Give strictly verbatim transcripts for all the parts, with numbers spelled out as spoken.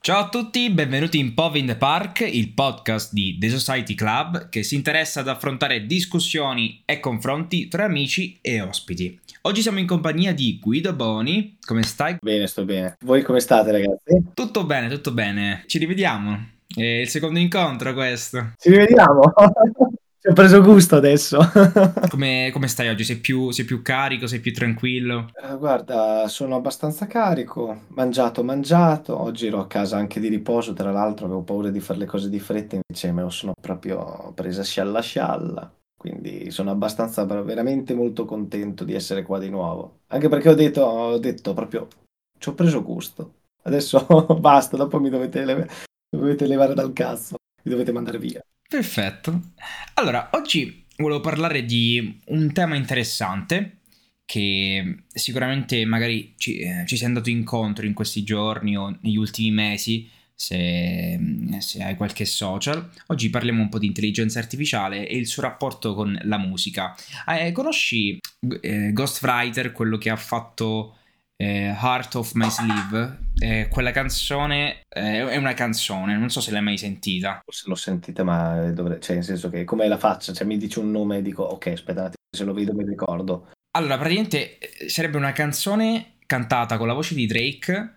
Ciao a tutti, benvenuti in P O V in the Park, il podcast di The Society Club che si interessa ad affrontare discussioni e confronti tra amici e ospiti. Oggi siamo in compagnia di Guido Boni, come stai? Bene, sto bene. Voi come state, ragazzi? Tutto bene, tutto bene, ci rivediamo. È il secondo incontro questo. Ci rivediamo. Ci ho preso gusto adesso. Come, come stai oggi? Sei più, sei più carico, sei più tranquillo? Eh, Guarda, sono abbastanza carico. Mangiato, mangiato. Oggi ero a casa anche di riposo, tra l'altro avevo paura di fare le cose di fretta, invece me lo sono proprio presa scialla scialla. Quindi sono abbastanza, veramente molto contento di essere qua di nuovo. Anche perché ho detto, ho detto proprio, ci ho preso gusto. Adesso basta, dopo mi dovete, leve- dovete levare dal cazzo, mi dovete mandare via. Perfetto. Allora, oggi volevo parlare di un tema interessante che sicuramente magari ci, eh, ci sei andato incontro in questi giorni o negli ultimi mesi, se, se hai qualche social. Oggi parliamo un po' di intelligenza artificiale e il suo rapporto con la musica. Eh, conosci eh, Ghostwriter, quello che ha fatto eh, Heart of My Sleeve? Eh, quella canzone eh, è una canzone, non so se l'hai mai sentita. Forse l'ho sentita, ma dovrei, cioè, nel senso che come la faccia? Cioè, mi dice un nome e dico, ok, aspetta un attimo, se lo vedo mi ricordo. Allora, praticamente eh, sarebbe una canzone cantata con la voce di Drake,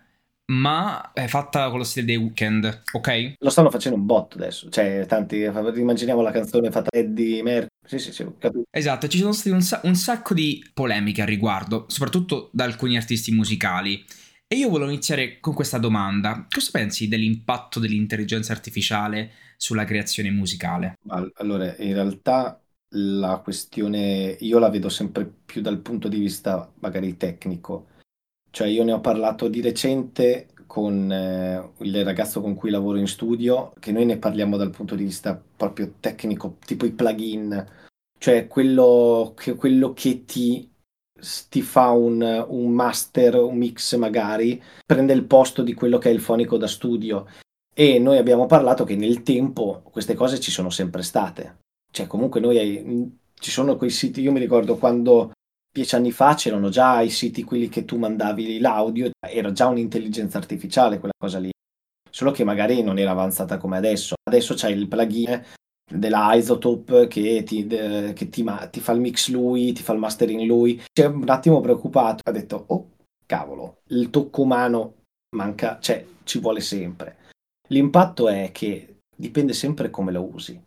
ma è fatta con lo stile dei Weeknd, ok? Lo stanno facendo un botto adesso, cioè, tanti, immaginiamo la canzone fatta da Eddie Mercury. Sì, sì, sì, ho capito. Esatto, ci sono state un, sa- un sacco di polemiche al riguardo, soprattutto da alcuni artisti musicali. E io volevo iniziare con questa domanda. Cosa pensi dell'impatto dell'intelligenza artificiale sulla creazione musicale? Al- Allora, in realtà la questione io la vedo sempre più dal punto di vista magari tecnico. Cioè, io ne ho parlato di recente con eh, il ragazzo con cui lavoro in studio, che noi ne parliamo dal punto di vista proprio tecnico, tipo i plugin, cioè quello che, quello che ti, ti fa un, un master, un mix magari, prende il posto di quello che è il fonico da studio. E noi abbiamo parlato che nel tempo queste cose ci sono sempre state. Cioè, comunque noi hai- ci sono quei siti, io mi ricordo quando dieci anni fa c'erano già i siti, quelli che tu mandavi l'audio, era già un'intelligenza artificiale quella cosa lì, solo che magari non era avanzata come adesso. Adesso c'è il plugin della Isotope che ti, de- che ti ma- ti fa il mix lui, ti fa il mastering lui. C'è un attimo preoccupato, ha detto, oh, cavolo, il tocco umano manca, cioè ci vuole sempre. L'impatto è che dipende sempre come lo usi.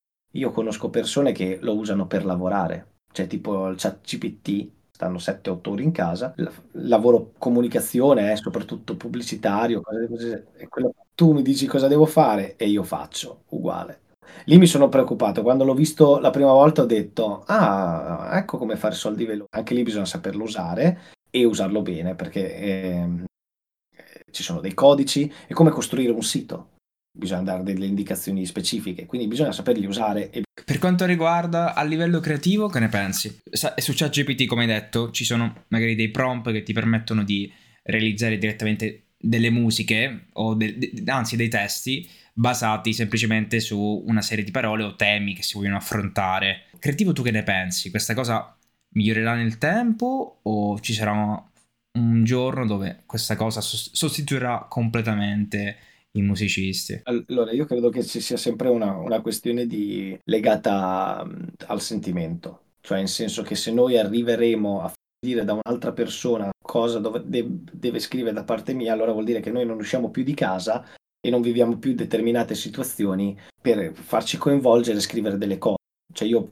Io conosco persone che lo usano per lavorare, cioè tipo il chat G P T, stanno sette otto ore in casa, la- lavoro comunicazione, eh, soprattutto pubblicitario, cose così, e quello- tu mi dici cosa devo fare e io faccio, uguale. Lì mi sono preoccupato, quando l'ho visto la prima volta ho detto, ah, ecco come fare soldi veloci. Anche lì bisogna saperlo usare e usarlo bene, perché ehm, eh, ci sono dei codici, è come costruire un sito, bisogna dare delle indicazioni specifiche, quindi bisogna saperli usare e Per quanto riguarda a livello creativo, che ne pensi? Sa- Su ChatGPT, come hai detto, ci sono magari dei prompt che ti permettono di realizzare direttamente delle musiche o de- de- anzi dei testi basati semplicemente su una serie di parole o temi che si vogliono affrontare. Creativo, tu che ne pensi? Questa cosa migliorerà nel tempo o ci sarà un giorno dove questa cosa sos- sostituirà completamente i musicisti? allora, io credo che ci sia sempre una, una questione di, legata mh, al sentimento, cioè in senso che se noi arriveremo a dire da un'altra persona cosa dove- de- deve scrivere da parte mia, allora vuol dire che noi non usciamo più di casa e non viviamo più determinate situazioni per farci coinvolgere e scrivere delle cose. Cioè io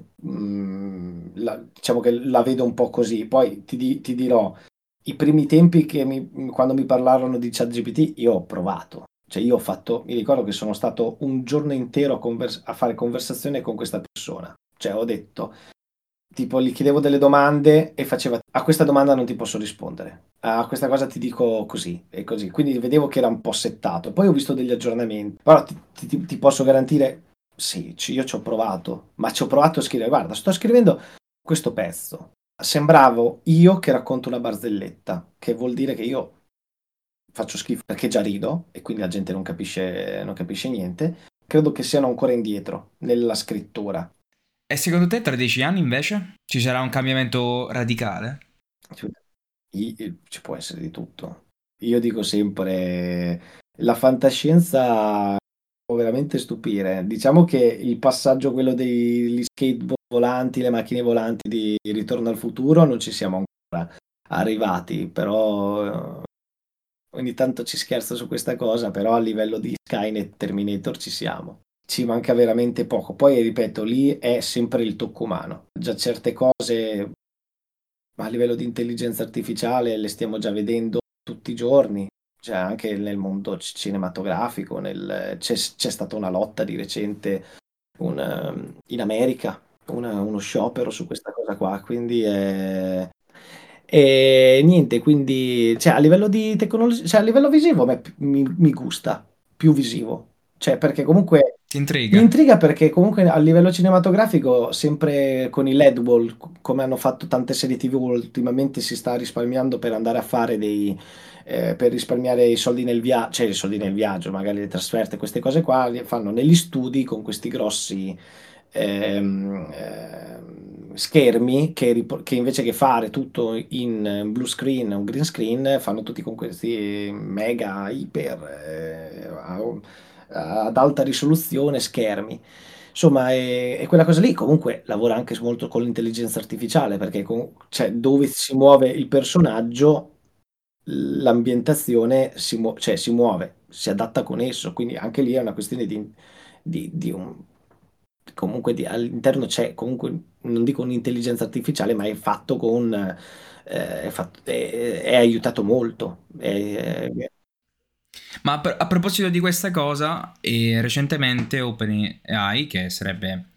mh, la- diciamo che la vedo un po' così. Poi ti, di- ti dirò, i primi tempi che mi- quando mi parlarono di ChatGPT, io ho provato. Cioè io ho fatto, mi ricordo che sono stato un giorno intero a, convers- a fare conversazione con questa persona. Cioè ho detto, tipo gli chiedevo delle domande e faceva, a questa domanda non ti posso rispondere, a questa cosa ti dico così e così. Quindi vedevo che era un po' settato. Poi ho visto degli aggiornamenti. Però ti, ti- ti posso garantire, sì, ci- io ci ho provato, ma ci ho provato a scrivere, guarda, sto scrivendo questo pezzo. Sembravo io che racconto una barzelletta, che vuol dire che io faccio schifo perché già rido e quindi la gente non capisce, non capisce niente. Credo che siano ancora indietro nella scrittura. E secondo te tra dieci anni invece ci sarà un cambiamento radicale? Cioè, i- i- ci può essere di tutto. Io dico sempre, La fantascienza può veramente stupire. Diciamo che il passaggio, quello degli skate volanti, le macchine volanti di Ritorno al futuro, non ci siamo ancora arrivati, però eh, ogni tanto ci scherzo su questa cosa, però a livello di Skynet Terminator ci siamo. Ci manca veramente poco. Poi, ripeto, lì è sempre il tocco umano. Già certe cose a livello di intelligenza artificiale le stiamo già vedendo tutti i giorni, cioè anche nel mondo c- cinematografico, nel- c'è c'è stata una lotta di recente un, ehm, in America, una- uno sciopero su questa cosa qua, quindi è... E niente, quindi cioè, a livello di tecnologia, cioè, a livello visivo a me p- mi, mi gusta, più visivo, cioè perché comunque Ti mi intriga? intriga perché comunque a livello cinematografico, sempre con i L E D wall, co- come hanno fatto tante serie T V ultimamente, si sta risparmiando per andare a fare dei, eh, per risparmiare i soldi nel viaggio, cioè i soldi nel viaggio, magari le trasferte, queste cose qua, li fanno negli studi con questi grossi ehm, ehm, schermi che, rip- che invece che fare tutto in eh, blue screen o green screen, fanno tutti con questi mega, iper, eh, a- ad alta risoluzione schermi. Insomma, è, è quella cosa lì. Comunque lavora anche molto con l'intelligenza artificiale, perché com- cioè, dove si muove il personaggio, l'ambientazione si, muo- cioè, si muove, si adatta con esso. Quindi anche lì è una questione di, di- di un... Comunque di- all'interno c'è comunque, non dico un'intelligenza artificiale, ma è fatto con... eh, è, fatto- è- è aiutato molto. È- è- Ma a, pro- a proposito di questa cosa, eh, recentemente OpenAI, che sarebbe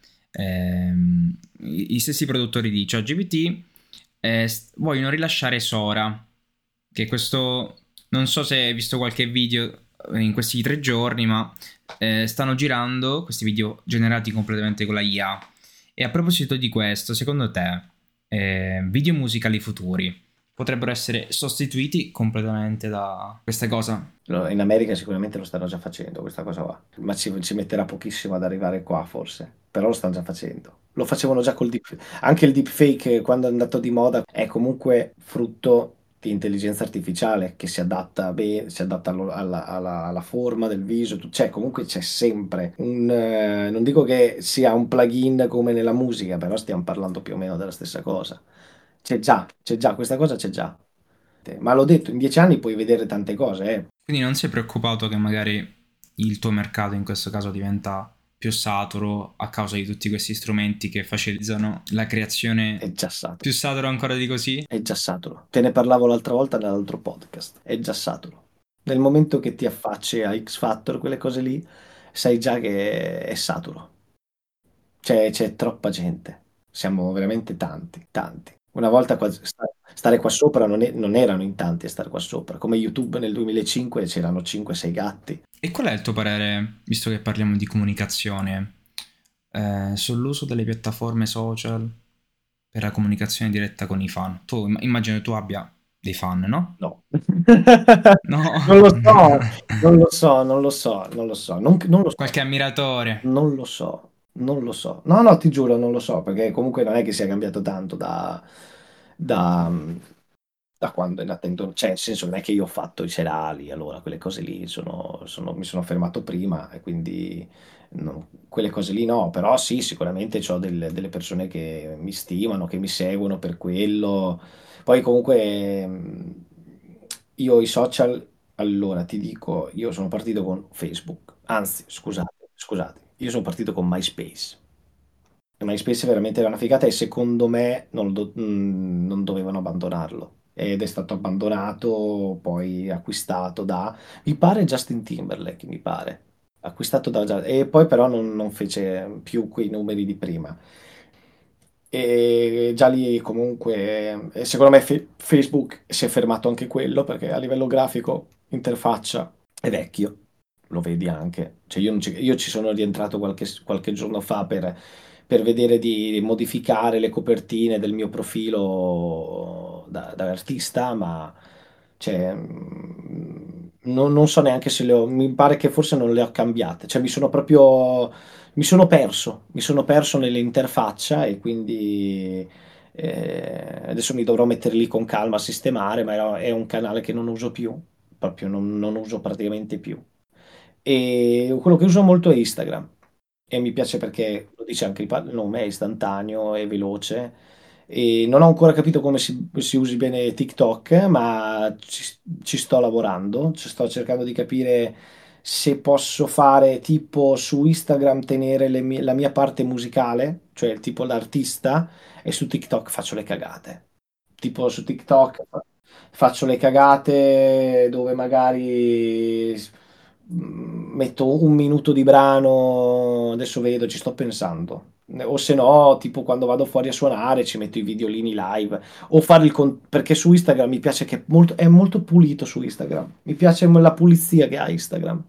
ehm, i, i stessi produttori di ChatGPT, eh, s- vogliono rilasciare Sora, che questo, non so se hai visto qualche video eh, in questi tre giorni, ma eh, stanno girando questi video generati completamente con la I A. E a proposito di questo, secondo te, eh, video musicali futuri potrebbero essere sostituiti completamente da questa cosa? Lo- In America sicuramente lo stanno già facendo questa cosa qua, ma ci, ci metterà pochissimo ad arrivare qua forse, però lo stanno già facendo. Lo facevano già col deep, anche il deepfake eh, quando è andato di moda è comunque frutto di intelligenza artificiale che si adatta bene, si adatta allo- alla, alla- alla forma del viso, tu- cioè comunque c'è sempre un, eh, non dico che sia un plugin come nella musica, però stiamo parlando più o meno della stessa cosa. C'è già, c'è già, questa cosa c'è già. Ma l'ho detto, in dieci anni puoi vedere tante cose, eh. Quindi non sei preoccupato che magari il tuo mercato in questo caso diventa più saturo a causa di tutti questi strumenti che facilitano la È creazione già saturo. più saturo ancora di così? È già saturo. Te ne parlavo l'altra volta nell'altro podcast. È già saturo. Nel momento che ti affacci a X Factor, quelle cose lì, sai già che è saturo. C'è, c'è troppa gente. Siamo veramente tanti, tanti. Una volta qua- sta- stare qua sopra non, è- non erano in tanti a stare qua sopra. Come YouTube nel duemilacinque c'erano cinque sei gatti. E qual è il tuo parere, visto che parliamo di comunicazione, eh, sull'uso delle piattaforme social per la comunicazione diretta con i fan? Tu imm- immagino tu abbia dei fan, no? No. No. Non lo so, non lo so, non lo so, non lo so, non, non lo so. Qualche ammiratore. Non lo so, non lo so. No, no, ti giuro, non lo so, perché comunque non è che sia cambiato tanto da, da, da quando è nata Indonesia. Cioè, nel senso, non è che io ho fatto i serali, allora quelle cose lì sono, sono- mi sono fermato prima e quindi no, quelle cose lì no, però sì, sicuramente ho delle, delle persone che mi stimano, che mi seguono per quello. Poi comunque mh, io i social, allora ti dico, io sono partito con Facebook, anzi, scusate, scusate, io sono partito con MySpace. MySpace veramente era una figata e secondo me non, do- mh, non dovevano abbandonarlo. Ed è stato abbandonato, poi acquistato da, mi pare Justin Timberlake, mi pare. Acquistato da, e poi però non, non fece più quei numeri di prima. E già lì comunque, eh, secondo me Fe- Facebook si è fermato anche quello perché a livello grafico, interfaccia, è vecchio, lo vedi anche. Cioè io, non ci, io ci sono rientrato qualche, qualche giorno fa per, per vedere di modificare le copertine del mio profilo da, da artista, ma cioè, mm, non, non so neanche se le ho, mi pare che forse non le ho cambiate, cioè mi sono proprio mi sono perso, mi sono perso nell'interfaccia e quindi eh, adesso mi dovrò mettere lì con calma a sistemare, ma è è un canale che non uso più proprio non, non uso praticamente più. E quello che uso molto è Instagram e mi piace perché, lo dice anche il pa- il nome, è istantaneo, è veloce e non ho ancora capito come si, si usi bene TikTok, ma ci, ci sto lavorando, ci sto cercando di capire se posso fare tipo su Instagram tenere le mie- la mia parte musicale, cioè tipo l'artista, e su TikTok faccio le cagate. Tipo su TikTok fa- faccio le cagate dove magari mm, metto un minuto di brano, adesso vedo, ci sto pensando. O se no, tipo quando vado fuori a suonare ci metto i videolini live o fare il con- perché su Instagram mi piace che è molto, è molto pulito su Instagram. Mi piace la pulizia che ha Instagram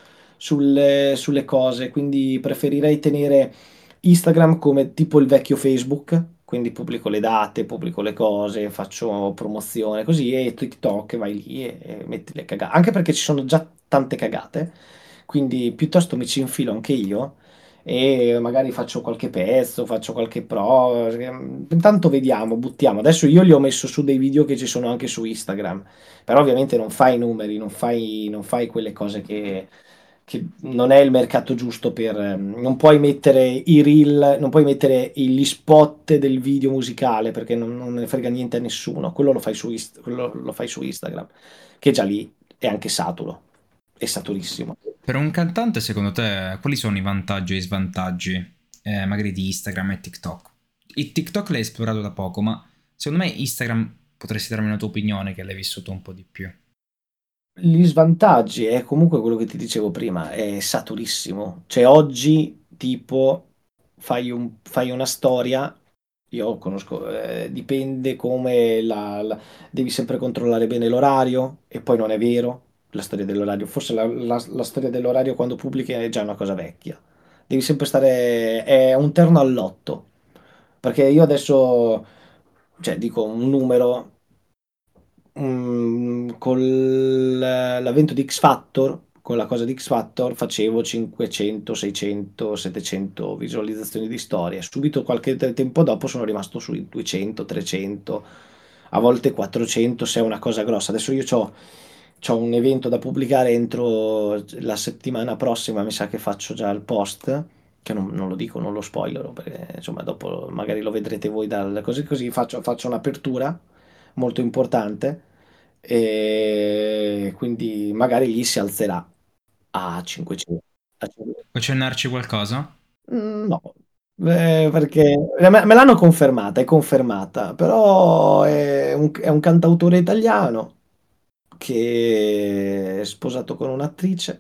sulle, sulle cose, quindi preferirei tenere Instagram come tipo il vecchio Facebook, quindi pubblico le date, pubblico le cose, faccio promozione così e TikTok vai lì e, e metti le cagate, anche perché ci sono già tante cagate, quindi piuttosto mi ci infilo anche io e magari faccio qualche pezzo, faccio qualche pro, intanto vediamo, buttiamo. Adesso io li ho messo su dei video che ci sono anche su Instagram, però ovviamente non fai i numeri, non fai, non fai quelle cose che, che non è il mercato giusto per... ehm, non puoi mettere i reel, non puoi mettere gli spot del video musicale perché non, non ne frega niente a nessuno. Quello lo fai su, Inst- quello lo fai su Instagram, che già lì è anche saturo, è saturissimo. Per un cantante, secondo te, quali sono i vantaggi e i svantaggi, eh, magari di Instagram e TikTok? Il TikTok l'hai esplorato da poco, ma secondo me Instagram potresti darmi una tua opinione che l'hai vissuto un po' di più. Gli svantaggi è comunque quello che ti dicevo prima, è saturissimo. Cioè oggi tipo fai, un- fai una storia, io conosco, eh, dipende come la, la- devi sempre controllare bene l'orario e poi non è vero la storia dell'orario. Forse la, la- la storia dell'orario quando pubblichi è già una cosa vecchia. Devi sempre stare, è un terno al lotto. Perché io adesso, cioè dico un numero mm, con l'avvento di X Factor, con la cosa di X Factor, facevo cinquecento, seicento, settecento visualizzazioni di storie. Subito qualche te- tempo dopo sono rimasto sui duecento, trecento, a volte quattrocento se è una cosa grossa. Adesso io ho un evento da pubblicare entro la settimana prossima, mi sa che faccio già il post. Che non, non lo dico, non lo spoilerò, perché insomma dopo magari lo vedrete voi dal così così faccio, faccio un'apertura molto importante e quindi magari lì si alzerà a cinquecento. a cinquecento. Puoi accennarci qualcosa? Mm, no, Eh, perché me, me l'hanno confermata, è confermata, però è un, è un cantautore italiano che è sposato con un'attrice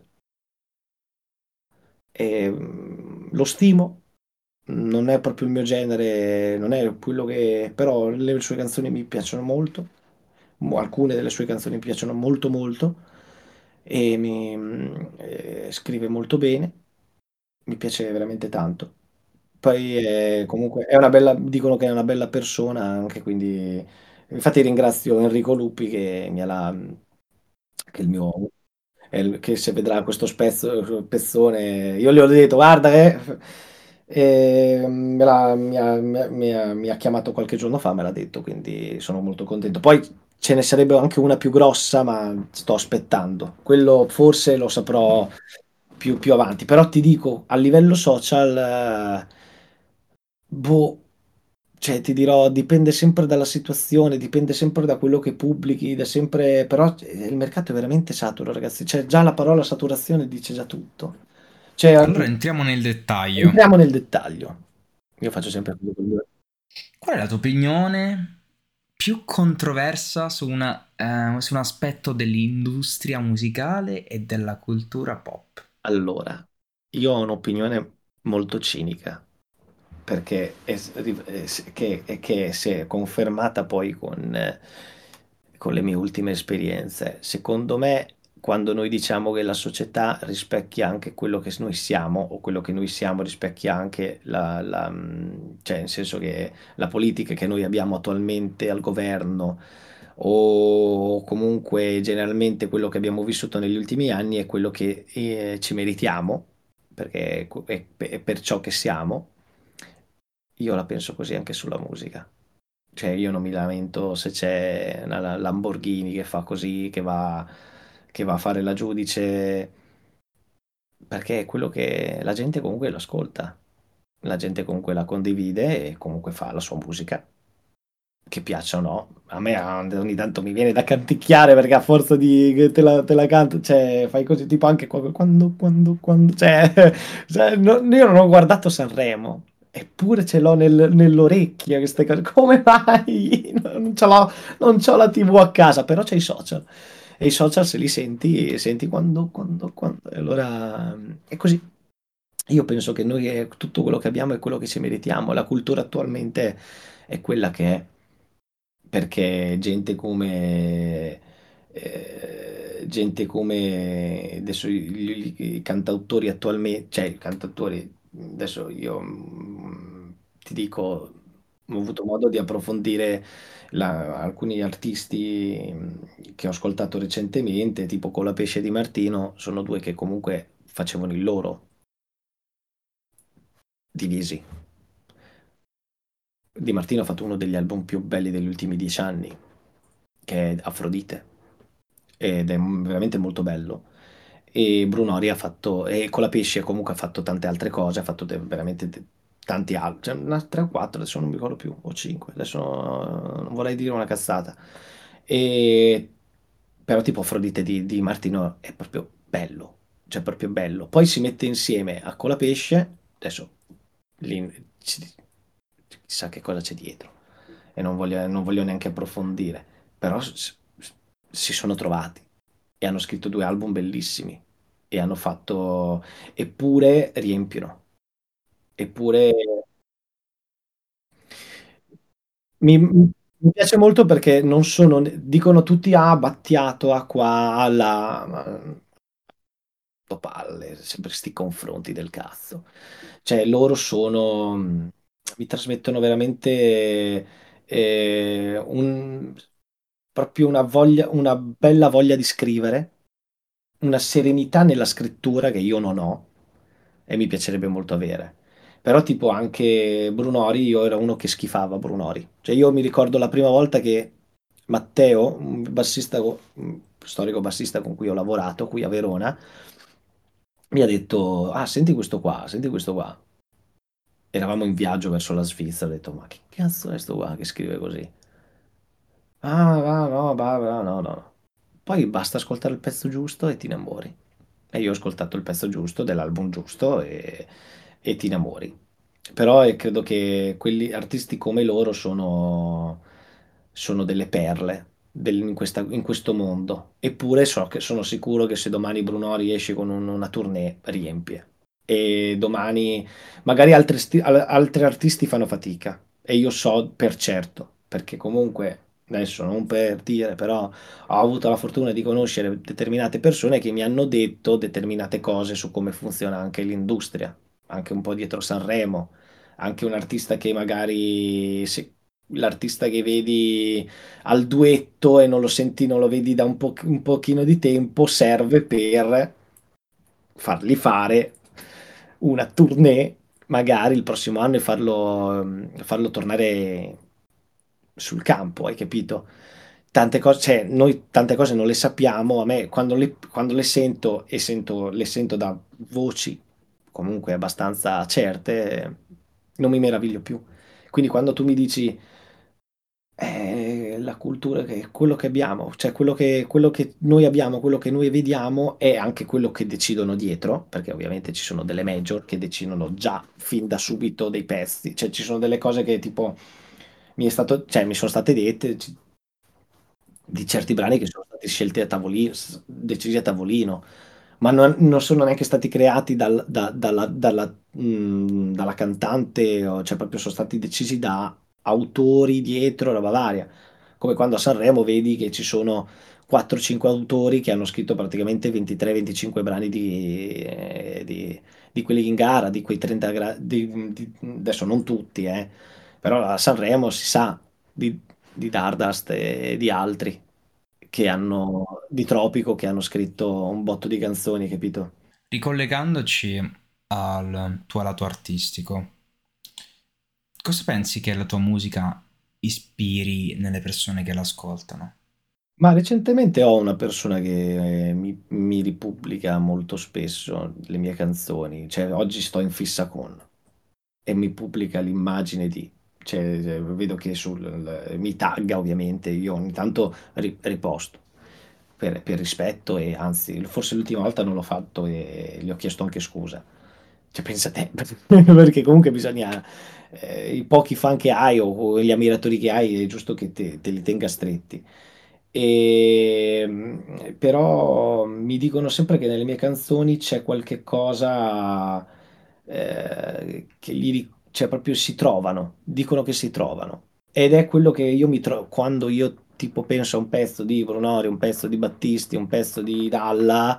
e mm, lo stimo. Non è proprio il mio genere, non è quello che... però le sue canzoni mi piacciono molto, mo- alcune delle sue canzoni mi piacciono molto molto e mi eh, scrive molto bene, mi piace veramente tanto. Poi è, comunque è una bella, dicono che è una bella persona anche, quindi infatti ringrazio Enrico Lupi che mi ha la, che è il mio è il- che se vedrà questo spezzo, pezzone, io gli ho detto, guarda, eh, e me l'ha- mi ha, mi ha- mi ha- mi ha chiamato qualche giorno fa, me l'ha detto, quindi sono molto contento. Poi ce ne sarebbe anche una più grossa, ma sto aspettando. Quello forse lo saprò più, più avanti, però ti dico, a livello social, eh, boh. Cioè, ti dirò, dipende sempre dalla situazione, dipende sempre da quello che pubblichi, da sempre... però eh, il mercato è veramente saturo, ragazzi. Cioè, già la parola saturazione dice già tutto. Cioè, Allora entriamo nel dettaglio. entriamo nel dettaglio. Io faccio sempre quello che voglio. Qual è la tua opinione più controversa su, una, eh, su un aspetto dell'industria musicale e della cultura pop? Allora, io ho un'opinione molto cinica, perché è, è- che, è che si è confermata poi con, eh, con le mie ultime esperienze. Secondo me, quando noi diciamo che la società rispecchia anche quello che noi siamo, o quello che noi siamo rispecchia anche la, la, mh, cioè nel senso che la politica che noi abbiamo attualmente al governo, o comunque generalmente quello che abbiamo vissuto negli ultimi anni è quello che eh, ci meritiamo, perché è, è per ciò che siamo. Io la penso così anche sulla musica. Cioè, io non mi lamento se c'è una Lamborghini che fa così, che va, che va a fare la giudice, perché è quello che la gente comunque lo ascolta, la gente comunque la condivide e comunque fa la sua musica. Che piaccia o no, a me ah, ogni tanto mi viene da canticchiare perché a forza di che te la, te la canto, cioè fai così tipo anche qua- quando, quando, quando, cioè, cioè, no- io non ho guardato Sanremo, eppure ce l'ho nel- nell'orecchio queste cose, come mai? Non ce l'ho, non c'ho la T V a casa, però c'è i social, e i social se li senti, senti quando, quando, quando, e allora mm, è così. Io penso che noi eh, tutto quello che abbiamo è quello che ci meritiamo, la cultura attualmente è quella che è perché gente come eh, gente come adesso i, i- i cantautori attualmente, cioè i cantautori, adesso io mm, ti dico, ho avuto modo di approfondire la- alcuni artisti mm, che ho ascoltato recentemente, tipo Colapesce e Di Martino, sono due che comunque facevano il loro, divisi. Di Martino ha fatto uno degli album più belli degli ultimi dieci anni, che è Afrodite, ed è veramente molto bello. E Brunori ha fatto, e con la Pesce comunque ha fatto tante altre cose, ha fatto de- veramente de- tanti altri, cioè una, tre o quattro, adesso non mi ricordo più, o cinque, adesso no- non vorrei dire una cazzata. E, però tipo Afrodite di, di Martino è proprio bello, cioè proprio bello. Poi si mette insieme a Colapesce, adesso lì ci- chissà che cosa c'è dietro e non voglio, non voglio neanche approfondire, però s- s- si sono trovati e hanno scritto due album bellissimi e hanno fatto, eppure riempiono, eppure mi, mi piace molto perché non sono, dicono tutti ah, Battiato, ah qua, ah là, ma palle, sempre sti confronti del cazzo. Cioè, loro sono, mh, mi trasmettono veramente eh, un, proprio una voglia, una bella voglia di scrivere, una serenità nella scrittura che io non ho e mi piacerebbe molto avere. Però tipo anche Brunori, io ero uno che schifava Brunori. Cioè io mi ricordo la prima volta che Matteo, un bassista, un storico bassista con cui ho lavorato qui a Verona, mi ha detto, ah, senti questo qua, senti questo qua. Eravamo in viaggio verso la Svizzera, ho detto, ma che cazzo è sto qua che scrive così? Ah, va, no, va, va, no, no, no. Poi basta ascoltare il pezzo giusto e ti innamori. E io ho ascoltato il pezzo giusto dell'album giusto e, e ti innamori. Però eh, credo che quelli artisti come loro sono, sono delle perle del- in questa- in questo mondo. Eppure so che sono sicuro che se domani Brunori esce con un- una tournée riempie. E domani magari altri, sti- al- altri artisti fanno fatica. E io so per certo, perché comunque, adesso non per dire, però ho avuto la fortuna di conoscere determinate persone che mi hanno detto determinate cose su come funziona anche l'industria, anche un po' dietro Sanremo, anche un artista che magari se- l'artista che vedi al duetto e non lo senti, non lo vedi da un po', un pochino di tempo, serve per fargli fare una tournée magari il prossimo anno e farlo, farlo tornare sul campo, hai capito? Tante cose, cioè, noi tante cose non le sappiamo, a me quando le, quando le sento e sento, le sento da voci comunque abbastanza certe, non mi meraviglio più. Quindi quando tu mi dici eh, la cultura, che è quello che abbiamo, cioè quello che, quello che noi abbiamo, quello che noi vediamo è anche quello che decidono dietro, perché ovviamente ci sono delle major che decidono già fin da subito dei pezzi, cioè ci sono delle cose che tipo mi è stato, cioè mi sono state dette ci- di certi brani che sono stati scelti a tavolino, s- decisi a tavolino, ma non, non sono neanche stati creati dal- da- dalla, dalla, mh, dalla cantante, o- cioè proprio sono stati decisi da autori dietro, roba varia. Come quando a Sanremo vedi che ci sono quattro cinque autori che hanno scritto praticamente ventitré venticinque brani di, eh, di- di quelli in gara, di quei trenta gra- di- di- adesso non tutti, eh, però a Sanremo si sa di, di Dardust e di altri che hanno, di Tropico, che hanno scritto un botto di canzoni, capito? Ricollegandoci al tuo lato artistico, cosa pensi che la tua musica ispiri nelle persone che l'ascoltano? Ma recentemente ho una persona che eh, mi, mi ripubblica molto spesso le mie canzoni, cioè oggi sto in fissa con, e mi pubblica l'immagine di, cioè eh, vedo che sul, mi tagga ovviamente, io ogni tanto ri- riposto per, per rispetto e anzi, forse l'ultima volta non l'ho fatto e gli ho chiesto anche scusa. Cioè pensa te, perché comunque bisogna, eh, i pochi fan che hai o, o gli ammiratori che hai è giusto che te, te li tenga stretti. E, però mi dicono sempre che nelle mie canzoni c'è qualche cosa eh, che gli, ri- cioè proprio si trovano, dicono che si trovano. Ed è quello che io mi trovo quando io tipo penso a un pezzo di Brunori, un pezzo di Battisti, un pezzo di Dalla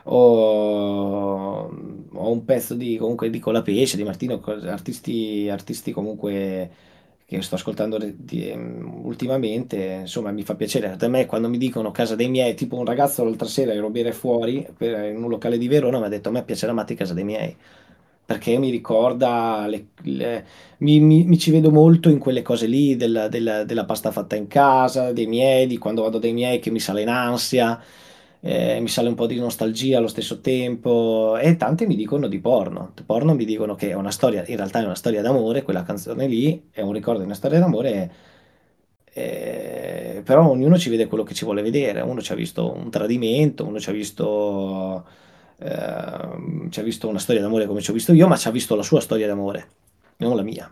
o, o un pezzo di comunque di Colapesce, di Martino, cos- artisti, artisti comunque che sto ascoltando re- di- ehm, ultimamente, insomma, mi fa piacere. A me quando mi dicono casa dei miei, tipo un ragazzo l'altra sera ero a bere fuori per- in un locale di Verona, mi ha detto a me piacerà Matti casa dei miei. Perché mi ricorda, le- le- mi, mi- mi ci vedo molto in quelle cose lì, della, della- della pasta fatta in casa, dei miei, di quando vado dai miei che mi sale in ansia, eh, mi sale un po' di nostalgia allo stesso tempo. E tanti mi dicono di porno. Di porno mi dicono che è una storia, in realtà è una storia d'amore, quella canzone lì è un ricordo di una storia d'amore. Eh, però ognuno ci vede quello che ci vuole vedere. Uno ci ha visto un tradimento, uno ci ha visto, ehm, ci ha visto una storia d'amore come ci ho visto io, ma ci ha visto la sua storia d'amore, non la mia.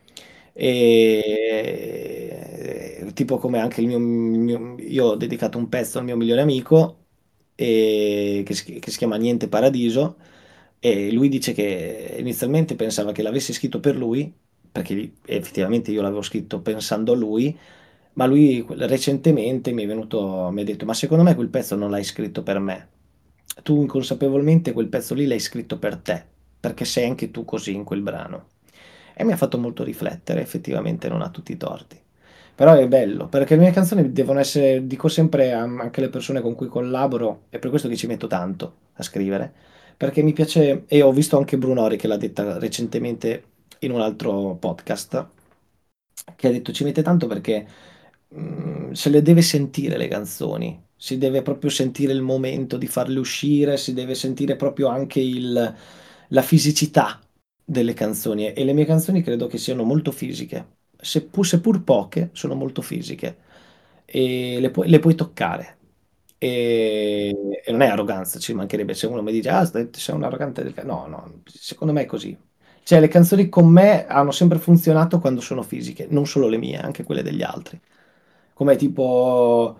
E tipo come anche il mio, il mio- io ho dedicato un pezzo al mio migliore amico e- che si, che si chiama Niente Paradiso e lui dice che inizialmente pensava che l'avessi scritto per lui, perché effettivamente io l'avevo scritto pensando a lui, ma lui recentemente mi è venuto, mi ha detto, ma secondo me quel pezzo non l'hai scritto per me. Tu inconsapevolmente quel pezzo lì l'hai scritto per te, perché sei anche tu così in quel brano. E mi ha fatto molto riflettere, effettivamente non ha tutti i torti. Però è bello, perché le mie canzoni devono essere, dico sempre a- anche alle persone con cui collaboro, è per questo che ci metto tanto a scrivere, perché mi piace, e ho visto anche Brunori che l'ha detta recentemente in un altro podcast, che ha detto ci mette tanto perché mm, se le deve sentire le canzoni, si deve proprio sentire il momento di farle uscire, si deve sentire proprio anche il- la fisicità delle canzoni e le mie canzoni credo che siano molto fisiche, seppur, seppur poche, sono molto fisiche e le puoi, le puoi toccare. E, e non è arroganza, ci mancherebbe se uno mi dice, ah, stai- sei un arrogante del ca-". No, no, secondo me è così. Cioè, le canzoni con me hanno sempre funzionato quando sono fisiche, non solo le mie, anche quelle degli altri. Come tipo,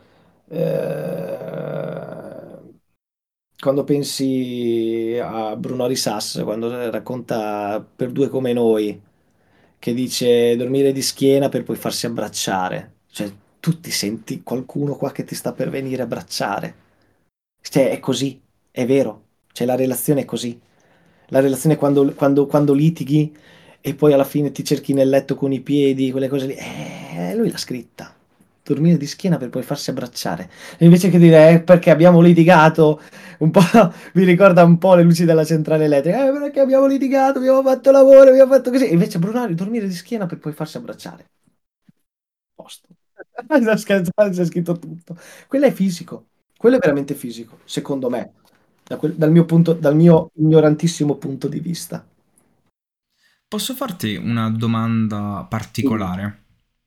eh, quando pensi a Bruno Risas, quando racconta Per due come noi, che dice dormire di schiena per poi farsi abbracciare. Cioè, tu ti senti qualcuno qua che ti sta per venire a abbracciare. Cioè, è così, è vero. Cioè, la relazione è così. La relazione quando, quando, quando litighi e poi alla fine ti cerchi nel letto con i piedi, quelle cose lì. Eh, lui l'ha scritta. Dormire di schiena per poi farsi abbracciare. E invece che dire, eh, perché abbiamo litigato, un po' mi ricorda un po' le luci della centrale elettrica. Eh, perché abbiamo litigato, abbiamo fatto lavoro, abbiamo fatto così. E invece Brunari, dormire di schiena per poi farsi abbracciare. Posto. C'è scritto c'è scritto tutto. Quello è fisico. Quello è veramente fisico, secondo me, da quel- dal mio punto, dal mio ignorantissimo punto di vista. Posso farti una domanda Dimmi. particolare?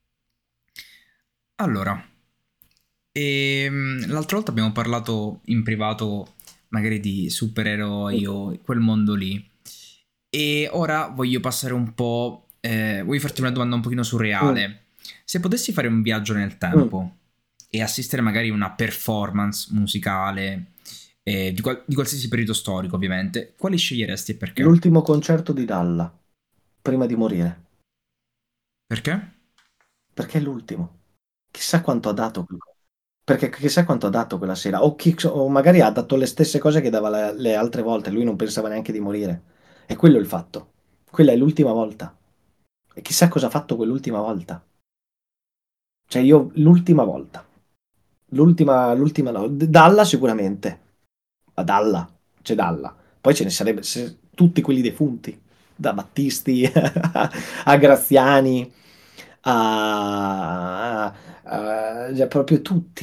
Allora, ehm, l'altra volta abbiamo parlato in privato magari di supereroi Mm, o quel mondo lì. E ora voglio passare un po'. Eh, voglio farti una domanda un pochino mm, surreale. Se potessi fare un viaggio nel mm. tempo e assistere magari a una performance musicale eh, di, qual- di qualsiasi periodo storico, ovviamente, quali sceglieresti e perché? L'ultimo concerto di Dalla, prima di morire. Perché? Perché è l'ultimo. Chissà quanto ha dato quel co- Perché chissà quanto ha dato quella sera. O, chi- o magari ha dato le stesse cose che dava le, le altre volte. Lui non pensava neanche di morire. E quello è il fatto. Quella è l'ultima volta. E chissà cosa ha fatto quell'ultima volta. Cioè io l'ultima volta. L'ultima, l'ultima no. D- Dalla sicuramente. Ma Dalla. C'è Dalla. Poi ce ne sarebbe se- tutti quelli defunti. Da Battisti a Graziani a, a- a- già proprio tutti.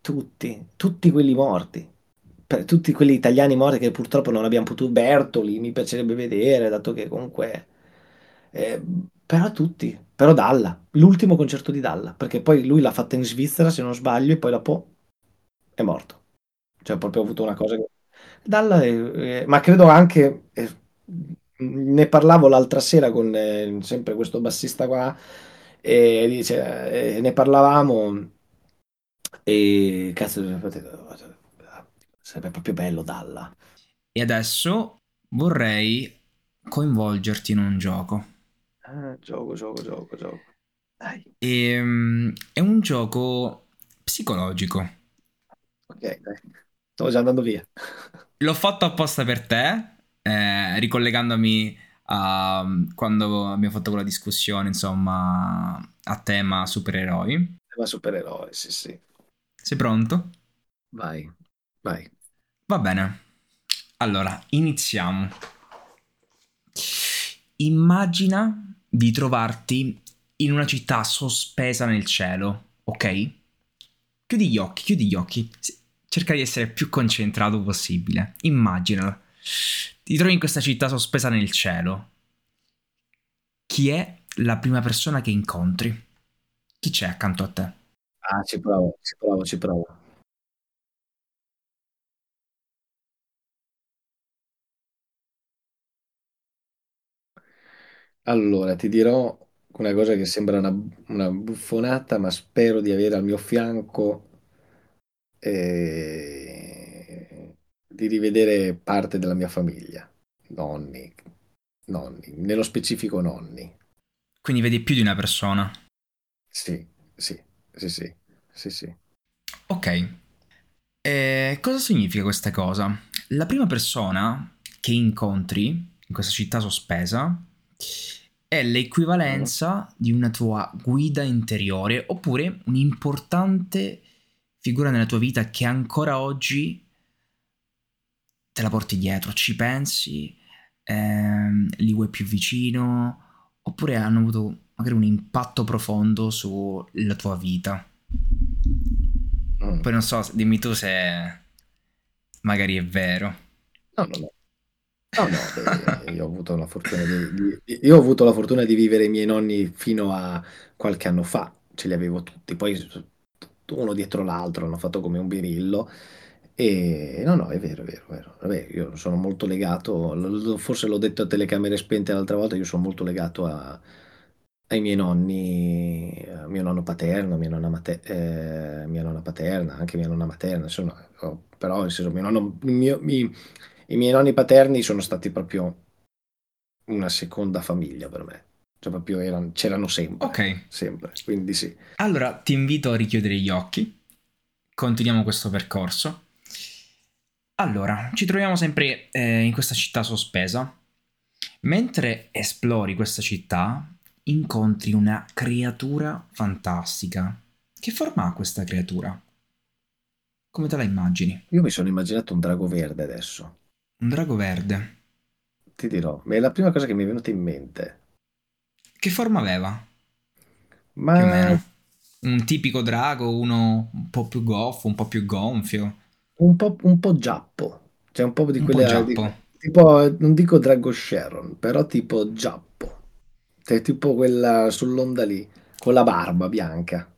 tutti, tutti quelli morti. Per tutti quelli italiani morti che purtroppo non abbiamo potuto, Bertoli, mi piacerebbe vedere, dato che comunque... eh, però tutti, però Dalla, l'ultimo concerto di Dalla, perché poi lui l'ha fatta in Svizzera, se non sbaglio, e poi dopo è morto. Cioè, ha proprio avuto una cosa che... Dalla, è- è- ma credo anche, eh, ne parlavo l'altra sera con eh, sempre questo bassista qua, e dice, eh, ne parlavamo, e cazzo, sarebbe proprio bello Dalla. E adesso vorrei coinvolgerti in un gioco. Ah, gioco, gioco, gioco, gioco. Dai. Ehm, è un gioco psicologico. Ok, dai. Stavo già andando via. L'ho fatto apposta per te, eh, ricollegandomi a quando abbiamo fatto quella discussione, insomma, a tema supereroi. Ma supereroe, sì, sì. Sei pronto? Vai, vai. Va bene. Allora, iniziamo. Immagina di trovarti in una città sospesa nel cielo, ok? Chiudi gli occhi, chiudi gli occhi. S- Cerca di essere più concentrato possibile. Immaginalo. Ti trovi in questa città sospesa nel cielo. Chi è la prima persona che incontri? Chi c'è accanto a te? Ah, ci provo, ci provo, ci provo. Allora, ti dirò una cosa che sembra una, una buffonata, ma spero di avere al mio fianco eh, di rivedere parte della mia famiglia. Nonni, nonni, nello specifico nonni. Quindi vedi più di una persona. Sì, sì, sì, sì, sì, sì. Ok. E cosa significa questa cosa? La prima persona che incontri in questa città sospesa è Mm. l'equivalenza di una tua guida interiore oppure un'importante figura nella tua vita che ancora oggi te la porti dietro, ci pensi, ehm, li vuoi più vicino, oppure hanno avuto magari un impatto profondo sulla tua vita. Mm. Poi non so, dimmi tu se magari è vero. No, no, no. No, no, beh, io ho avuto la fortuna di, di- io ho avuto la fortuna di vivere i miei nonni fino a qualche anno fa, ce li avevo tutti, poi uno dietro l'altro hanno fatto come un birillo e no, no, è vero, è vero, è vero. Vabbè, io sono molto legato, l- l- forse l'ho detto a telecamere spente l'altra volta, io sono molto legato a- ai miei nonni, a mio nonno paterno, mia nonna, mate- eh, mia nonna paterna, anche mia nonna materna, insomma, ho- però nel senso, mio nonno, il mio- mi- i miei nonni paterni sono stati proprio una seconda famiglia per me, cioè proprio erano- c'erano Ok, sempre, sempre, quindi sì. allora ti invito a richiudere gli occhi. Continuiamo questo percorso. Allora, ci troviamo sempre eh, in questa città sospesa. Mentre esplori questa città, incontri una creatura fantastica. Che forma ha questa creatura? Come te la immagini? Io mi sono immaginato un drago verde adesso, Un drago verde. ti dirò, ma è la prima cosa che mi è venuta in mente, Che forma aveva? Più o ma meno. Un tipico drago, uno un po' più goffo, un po' più gonfio, un po', un po' giappo, cioè un po' di un po' quelle, di- giappo. tipo, non dico Drago Sharon, però tipo giappo, cioè tipo quella sull'onda lì, con la barba bianca.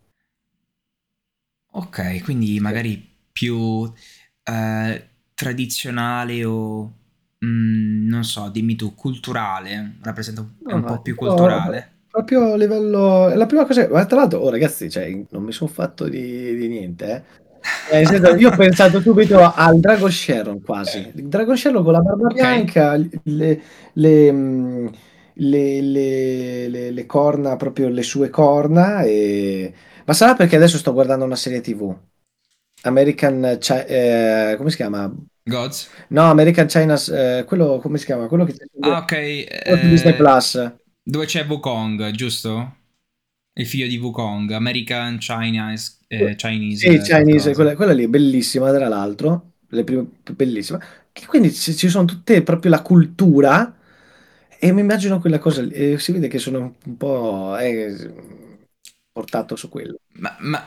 Ok, quindi Sì. magari più eh, tradizionale o mm, non so, dimmi tu, culturale, rappresenta un, è No, un no, po' più tipo, culturale. proprio a livello... È la prima cosa... Ma tra l'altro, oh ragazzi, cioè, non mi sono fatto di, di niente, eh. Eh, nel senso, io ho pensato subito al Dragon Sharon quasi. Il Dragon Sharon con la barba Ok, bianca, le, le, mh, le- le- le- le corna, proprio le sue corna. E... Ma sarà perché adesso sto guardando una serie T V. American... Chi- eh, come si chiama? Gods. No, American China... eh, quello, come si chiama? Quello che c'è su Ah, ok, quello su Disney eh, Plus. dove c'è Wukong, giusto? Il figlio di Wukong, American Chinese, eh, Sì, Chinese eh, Chinese, qualcosa. quella, quella lì è bellissima, tra l'altro, le prime, bellissima. Che quindi ci, ci sono tutte proprio la cultura e mi immagino quella cosa lì, e si vede che sono un po' eh, portato su quello. Ma, ma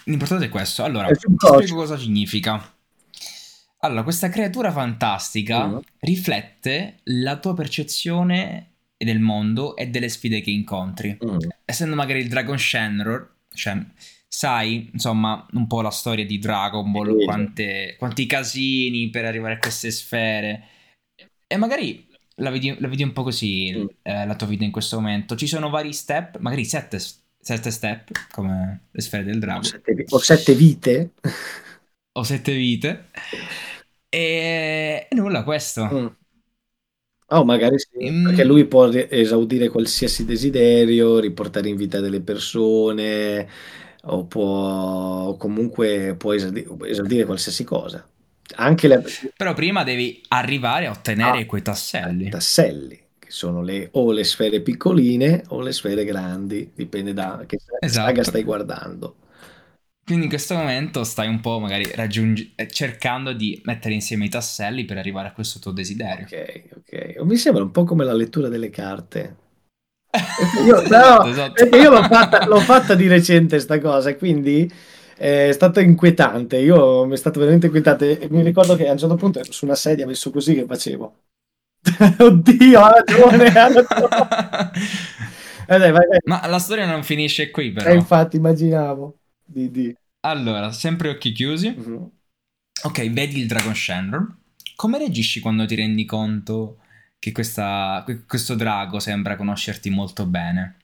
l'importante è questo. È Allora, ti spiego subconscio. cosa significa. Allora, questa creatura fantastica Mm, riflette la tua percezione del mondo e delle sfide che incontri. mm. Essendo magari il Dragon Shenron, cioè, sai, insomma, un po' la storia di Dragon Ball, Sì, sì. quante- quanti casini per arrivare a queste sfere. E magari la vedi, la vedi un po' così, Mm. eh, la tua vita in questo momento. Ci sono vari step, magari sette, sette step, come le sfere del Ho drago, sette, vi- ho sette vite. o sette vite. E, e nulla, questo. Mm. Oh, magari sì, perché Mm, lui può ri- esaudire qualsiasi desiderio, riportare in vita delle persone, o può o comunque può esaudi- esaudire qualsiasi cosa. Anche le però prima devi arrivare a ah, ottenere quei eh, tasselli. tasselli, che sono le, o le sfere piccoline o le sfere grandi, dipende da che saga Esatto. stai guardando. Quindi in questo momento stai un po' magari raggiungi- eh, cercando di mettere insieme i tasselli per arrivare a questo tuo desiderio. Ok, ok. Mi sembra un po' come la lettura delle carte. Perché io, no, Esatto, esatto. perché io l'ho fatta, l'ho fatta di recente sta cosa, e quindi è stato inquietante. Io mi è stato veramente inquietante. E mi ricordo che a un certo punto ero su una sedia messo così che facevo. Oddio, ha ragione, ha ragione. Eh, dai, vai, vai. Ma la storia non finisce qui, Eh, però. infatti, immaginavo. Di, di. Allora, sempre occhi chiusi. Mhm. Ok, vedi il Dragon Shenron. Come reagisci quando ti rendi conto che questa- que- questo drago sembra conoscerti molto bene?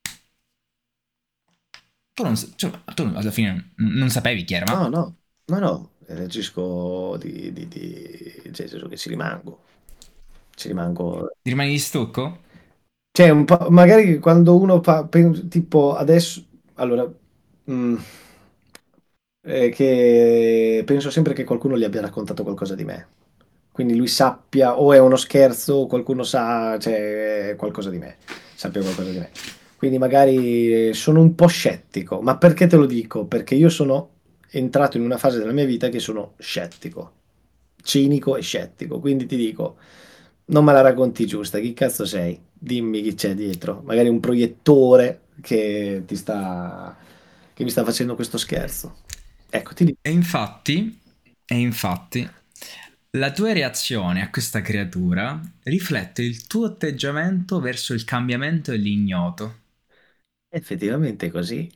Tu, non, s- cioè, tu alla fine non non sapevi chi era, No, ma no, no, no, reagisco di, di, di, cioè, nel senso che ci rimango. Ci rimango. ti rimani di stucco? Cioè, un po', magari quando uno fa, pen- tipo adesso, allora, mm, eh, che penso sempre che qualcuno gli abbia raccontato qualcosa di me. Quindi lui sappia, o è uno scherzo, o qualcuno sa, cioè, qualcosa di me, sappia qualcosa di me. Quindi magari sono un po' scettico, ma perché te lo dico? Perché io sono entrato in una fase della mia vita che sono scettico, cinico e scettico, quindi ti dico, non me la racconti giusta, chi cazzo sei? Dimmi chi c'è dietro, magari un proiettore che ti sta, che mi sta facendo questo scherzo. Ecco, ti dico. E infatti, e infatti, la tua reazione a questa creatura riflette il tuo atteggiamento verso il cambiamento e l'ignoto. Effettivamente è così.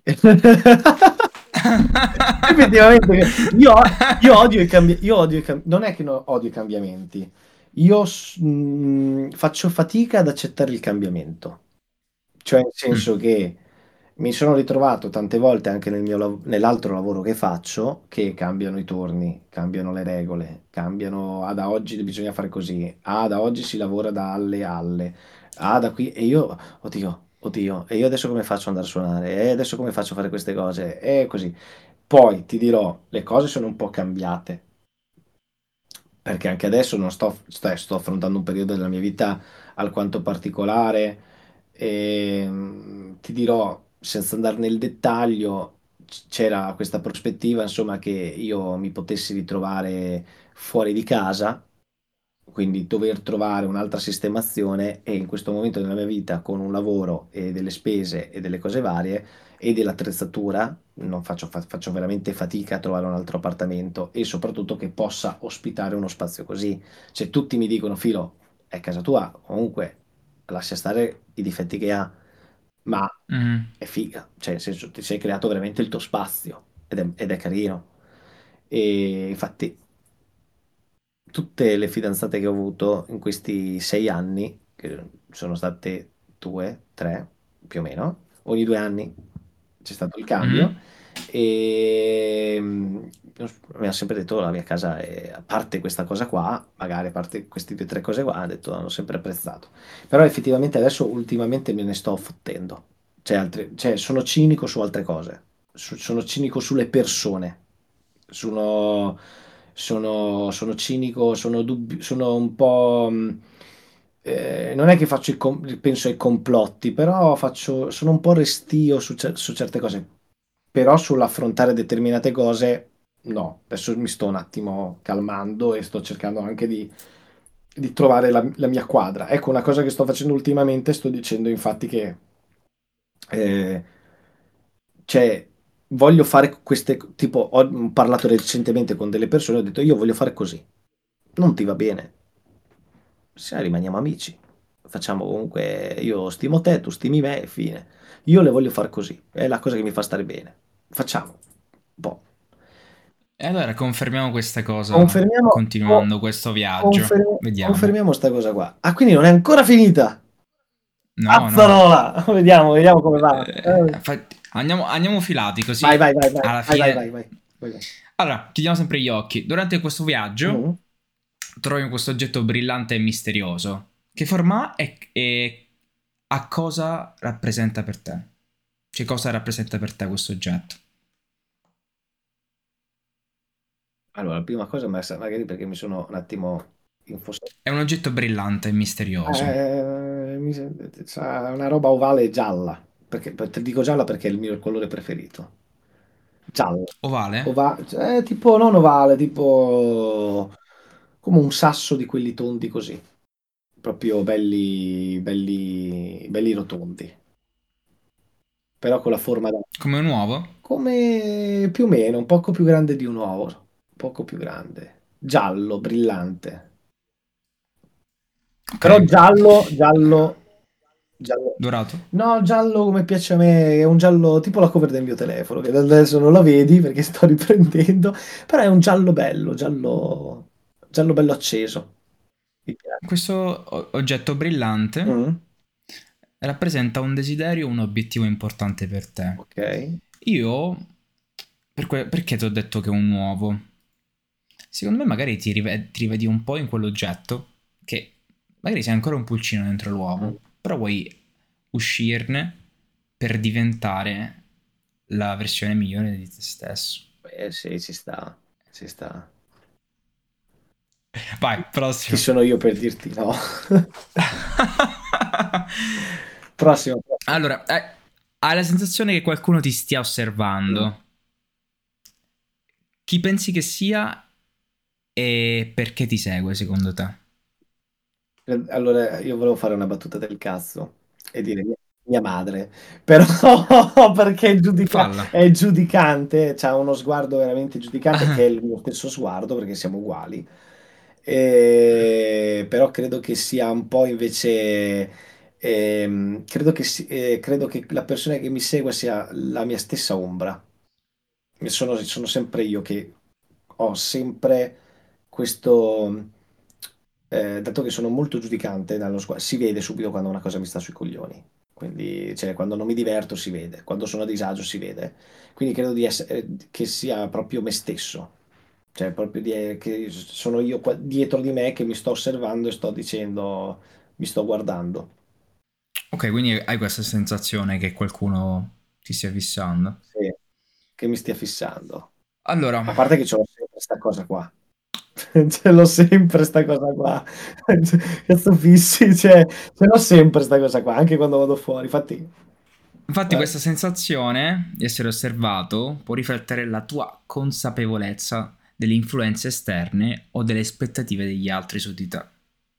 Effettivamente, io, io odio i cambiamenti. Io odio i cam- non è che no- odio i cambiamenti, io s- mh, faccio fatica ad accettare il cambiamento. Cioè, nel Mm, senso che mi sono ritrovato tante volte anche nel mio lav- nell'altro lavoro che faccio che cambiano i turni, cambiano le regole, cambiano. Ah, da oggi bisogna fare così. Ah, da oggi si lavora da alle alle. Ah, da qui. E io, oddio, oddio. E io adesso come faccio ad andare a suonare? E adesso come faccio a fare queste cose? E così. Poi ti dirò, le cose sono un po' cambiate perché anche adesso non sto, sto, sto affrontando un periodo della mia vita alquanto particolare e mm, ti dirò, senza andare nel dettaglio, c- c'era questa prospettiva, insomma, che io mi potessi ritrovare fuori di casa, quindi dover trovare un'altra sistemazione e in questo momento della mia vita con un lavoro e delle spese e delle cose varie e dell'attrezzatura, non faccio, fa- faccio veramente fatica a trovare un altro appartamento e soprattutto che possa ospitare uno spazio così. Cioè tutti mi dicono, Filo, è casa tua, comunque lascia stare i difetti che ha, ma mm, è figa, cioè nel senso ti sei creato veramente il tuo spazio ed è, ed è carino. E infatti tutte le fidanzate che ho avuto in questi sei anni, che sono state due, tre più o meno, ogni due anni c'è stato il cambio, mm. e mm, mi ha sempre detto la mia casa, è, a parte questa cosa qua, magari a parte queste due o tre cose qua, ha detto hanno sempre apprezzato. Però effettivamente adesso ultimamente me ne sto fottendo, cioè, altre- cioè, sono cinico su altre cose, Su- sono cinico sulle persone, sono, sono, sono cinico, sono, dubbi- sono un po'. Mh, eh, non è che faccio i com- penso ai complotti, però faccio, sono un po' restio su, cer- su certe cose, però sull'affrontare determinate cose no, adesso mi sto un attimo calmando e sto cercando anche di, di trovare la, la mia quadra. Ecco, una cosa che sto facendo ultimamente, sto dicendo infatti che eh, cioè, voglio fare queste, tipo, ho parlato recentemente con delle persone, ho detto io voglio fare così, non ti va bene, se no rimaniamo amici, facciamo comunque, io stimo te, tu stimi me e fine. Io le voglio fare così, è la cosa che mi fa stare bene, facciamo, boh. E allora confermiamo questa cosa Confermiamo, co- continuando questo viaggio. confer- Vediamo. confermiamo sta cosa qua. Ah, quindi non è ancora finita. No, no. Azzarola! Vediamo, vediamo come va. Eh, Eh, fa- andiamo, andiamo filati Vai, così vai, vai, vai, alla vai, vai, fine. vai, vai, vai, vai. Allora, chiudiamo sempre gli occhi. Durante questo viaggio Mhm. troviamo questo oggetto brillante e misterioso. Che forma ha e, e a cosa rappresenta per te? Che cosa rappresenta per te questo oggetto? Allora, la prima cosa, ma magari perché mi sono un attimo infossato. È un oggetto brillante e misterioso. Eh, mi sem- c'ha una roba ovale gialla. Perché, te dico gialla perché è il mio colore preferito. Giallo. Ovale? Ova- eh, tipo non ovale, tipo come un sasso di quelli tondi così. Proprio belli, belli, belli rotondi. Però con la forma da... Come un uovo? Come più o meno, un poco più grande di un uovo. Poco più grande. Giallo, brillante. Ok. Però giallo, giallo, giallo. Dorato? No, giallo come piace a me, è un giallo tipo la cover del mio telefono, che adesso non la vedi perché sto riprendendo, però è un giallo bello, giallo, giallo bello acceso. Mi piace. Questo o- oggetto brillante Mm, rappresenta un desiderio o un obiettivo importante per te. ok. Io, per que- perché ti ho detto che è un uovo? Secondo me magari ti, rive- ti rivedi un po' in quell'oggetto, che magari sei ancora un pulcino dentro Mm. l'uovo, però vuoi uscirne per diventare la versione migliore di te stesso. Eh sì, ci sta, ci sta. Vai, Chi prossimo. sono io per dirti no? Prossimo, prossimo. Allora, eh, hai la sensazione che qualcuno ti stia Mm. osservando. Chi pensi che sia e perché ti segue, secondo te? Allora, io volevo fare una battuta del cazzo e dire mia, mia madre, però perché è, giudica- Falla. è giudicante, ha uno sguardo veramente giudicante che è il mio stesso sguardo perché siamo uguali. E- però credo che sia un po' invece, ehm, credo che, si- eh, credo che la persona che mi segue sia la mia stessa ombra. Sono, sono sempre io che ho sempre questo, eh, dato che sono molto giudicante dallo sguardo, si vede subito quando una cosa mi sta sui coglioni. Quindi, cioè, quando non mi diverto si vede, quando sono a disagio si vede. Quindi credo di essere, eh, che sia proprio me stesso. Cioè, proprio di- che sono io qua- dietro di me che mi sto osservando e sto dicendo, mi sto guardando. Ok, quindi hai questa sensazione che qualcuno ti stia fissando. Sì, che mi stia fissando. Allora, A parte che c'ho sempre sta cosa qua. Ce l'ho sempre sta cosa qua. Cazzo fissi, cioè, ce l'ho sempre sta cosa qua, anche quando vado fuori. Infatti, infatti vai. questa sensazione di essere osservato può riflettere la tua consapevolezza delle influenze esterne o delle aspettative degli altri su di te.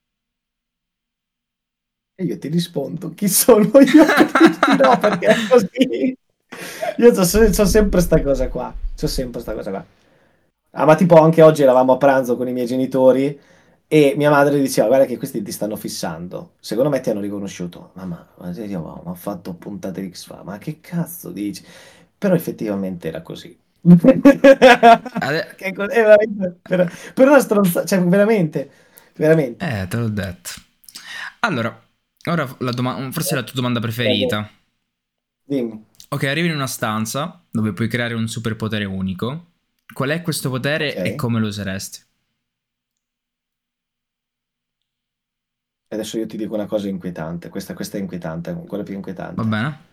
E io ti rispondo, chi sono io per dirti no, perché è così. Io c'ho, se- c'ho sempre sta cosa qua. C'ho sempre sta cosa qua. Ah, ma tipo anche oggi eravamo a pranzo con i miei genitori e mia madre diceva, guarda che questi ti stanno fissando. Secondo me ti hanno riconosciuto. Mamma, ma se io ma ho fatto puntate di X-Fa, ma che cazzo dici? Però effettivamente era così. Ade- Che co- è veramente, per, per una stronzata, cioè veramente, veramente. eh, te l'ho detto. Allora, ora la doma- forse la tua domanda Prego, preferita. dimmi. Ok, arrivi in una stanza dove puoi creare un superpotere unico. Qual è questo Ok. potere e E come lo useresti? adesso io ti dico una cosa inquietante. Questa, questa è inquietante, quella più Va inquietante. bene?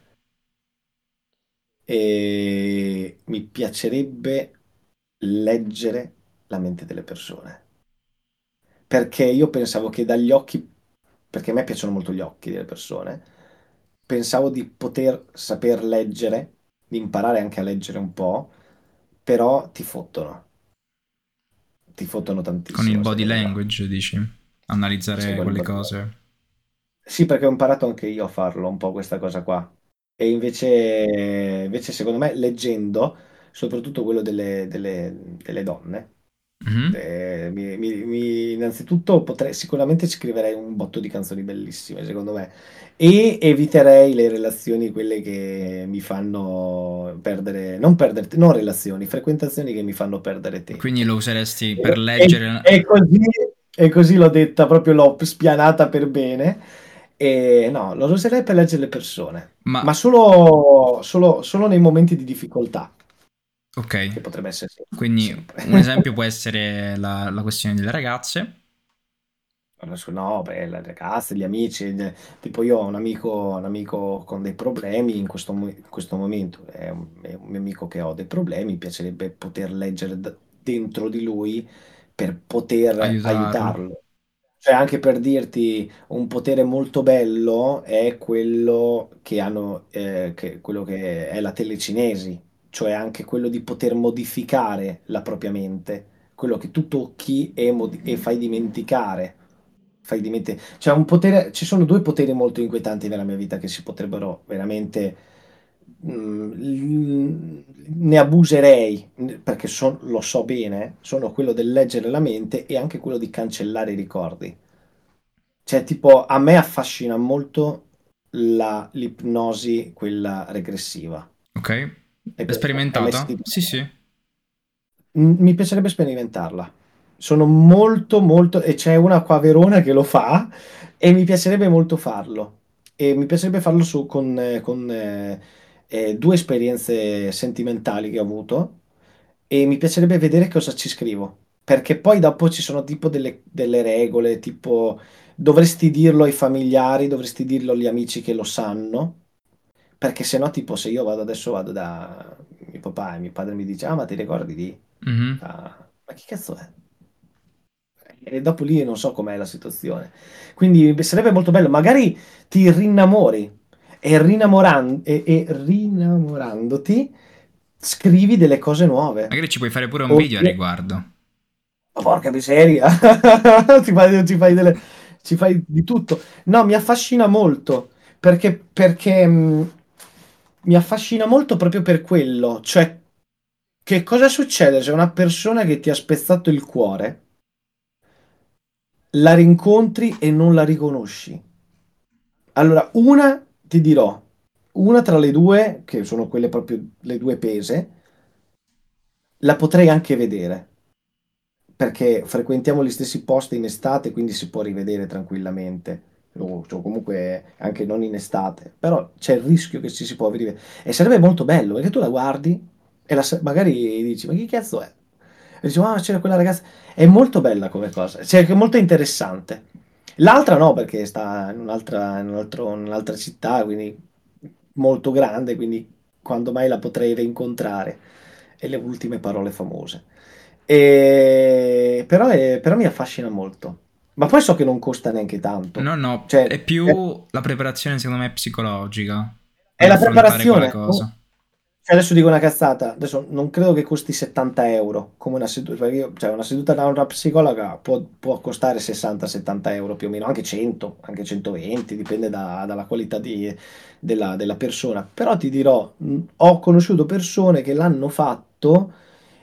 E mi piacerebbe leggere la mente delle persone. Perché io pensavo che dagli occhi, perché a me piacciono molto gli occhi delle persone, pensavo di poter saper leggere, di imparare anche a leggere un po', però ti fottono, ti fottono Con il tantissimo queste body cose qua. language, dici? Cioè, Analizzare con il quelle body- cose. Sì, perché ho imparato anche io a farlo un po' questa cosa qua. E invece, invece secondo me, leggendo, soprattutto quello delle, delle- delle donne, Mhm. eh, mi- mi- mi- innanzitutto potrei, sicuramente scriverei un botto di canzoni bellissime, secondo me, e eviterei le relazioni, quelle che mi fanno perdere, non perdere, non relazioni, frequentazioni che mi fanno perdere Quindi tempo. lo useresti per E, e- leggere... e così, e così l'ho detta, proprio l'ho spianata per bene. E no, lo userei per leggere le persone, Ma, ma solo, solo- solo nei momenti di difficoltà, che ok. potrebbe essere Quindi sempre. un esempio può essere la, la questione delle ragazze. Adesso no, beh, le ragazze, gli amici, de- tipo io ho un amico, un amico con dei problemi in questo, mo- in questo momento, è un, è un mio amico che ha dei problemi, mi piacerebbe poter leggere d- dentro di lui per poter Aiutarlo. aiutarlo. Cioè, anche per dirti, un potere molto bello è quello che hanno, eh, che, quello che è la telecinesi, cioè anche quello di poter modificare la propria mente, quello che tu tocchi e, modi- e fai dimenticare. Fai dimenticare. Cioè, un potere, ci sono due poteri molto inquietanti nella mia vita che si potrebbero veramente, mm, ne abuserei perché son- lo so bene, sono quello del leggere la mente e anche quello di cancellare i ricordi. Cioè, tipo, a me affascina molto la- l'ipnosi, quella regressiva. Ok? Hai L'hai pre- hai mai sperimentata? sentito? Sì, sì. Mm, Mi piacerebbe sperimentarla. Sono molto, molto... E c'è una qua a Verona che lo fa e mi piacerebbe molto farlo. E mi piacerebbe farlo su, con, eh, con, eh, eh, due esperienze sentimentali che ho avuto e mi piacerebbe vedere cosa ci scrivo. Perché poi dopo ci sono tipo delle, delle regole, tipo dovresti dirlo ai familiari, dovresti dirlo agli amici che lo sanno. Perché se no, tipo, se io vado adesso vado da mio papà e mio padre mi dice, ah, ma ti ricordi di... Mhm. Ah, ma che cazzo è? E dopo lì non so com'è la situazione. Quindi beh, sarebbe molto bello, magari ti rinnamori e, rinamoran- e, e rinnamorandoti scrivi delle cose nuove. Magari ci puoi fare pure un O- video a riguardo. Ma porca miseria, ci fai, ci fai delle- ci fai di tutto. No, mi affascina molto perché, perché mh, mi affascina molto proprio per quello, cioè che cosa succede se una persona che ti ha spezzato il cuore la rincontri e non la riconosci? Allora, una ti dirò, una tra le due, che sono quelle proprio le due pese, la potrei anche vedere. Perché frequentiamo gli stessi posti in estate, quindi si può rivedere tranquillamente, o, o comunque anche non in estate, però c'è il rischio che ci si può rivedere. E sarebbe molto bello, perché tu la guardi e la sa- magari dici, ma chi cazzo è? E dici, ah, c'era quella ragazza. È molto bella come cosa, cioè è molto interessante. L'altra no, perché sta in un'altra in un altro- in un'altra città, quindi molto grande, quindi quando mai la potrei rincontrare? E le ultime parole famose. E... Però, è- però mi affascina molto. Ma poi so che non costa neanche tanto. No, no, Cioè, è è, più la preparazione, secondo me, psicologica è per la affrontare quella preparazione. cosa. Cioè, adesso dico una cazzata. Adesso non credo che costi settanta euro come una seduta. Perché io- cioè, una seduta da una psicologa può, può costare sessanta settanta euro più o meno, anche cento, anche centoventi, dipende da- dalla qualità di- della, della persona. Però ti dirò, mh, ho conosciuto persone che l'hanno fatto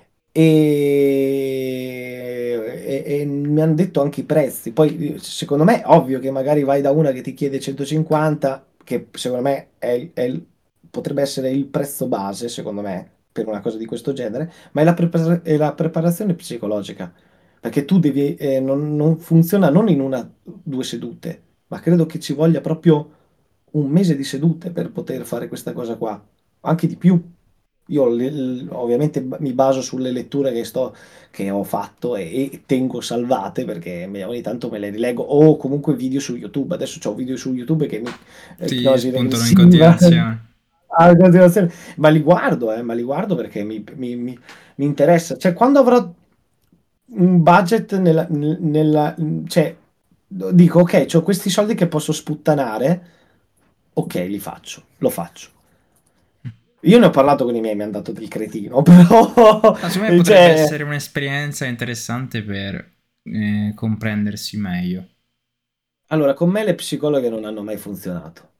e, e- e mi hanno detto anche i prezzi. Poi, secondo me, ovvio che magari vai da una che ti chiede centocinquanta, che secondo me è, il- è il- potrebbe essere il prezzo base, secondo me, per una cosa di questo genere, ma è la, prepara- è la preparazione psicologica. Perché tu devi, eh, non, non funziona non in una, due sedute, ma credo che ci voglia proprio un mese di sedute per poter fare questa cosa qua, anche di più. Io le- l- ovviamente b- mi baso sulle letture che, sto, che ho fatto e, e tengo salvate perché me- ogni tanto me le rileggo o comunque video su YouTube. Adesso ho video su YouTube che mi Ti ipnosi spuntano in regressiva continuazione. a continuazione, ma li guardo, eh, ma li guardo perché mi, mi- mi- mi interessa. Cioè, quando avrò un budget nella, nella- cioè, dico, ok, ho questi soldi che posso sputtanare, ok, li faccio, lo faccio. Io ne ho parlato con i miei, mi hanno dato del cretino, però, No, secondo me potrebbe cioè, essere un'esperienza interessante per eh, comprendersi meglio. allora, con me le psicologhe non hanno mai funzionato.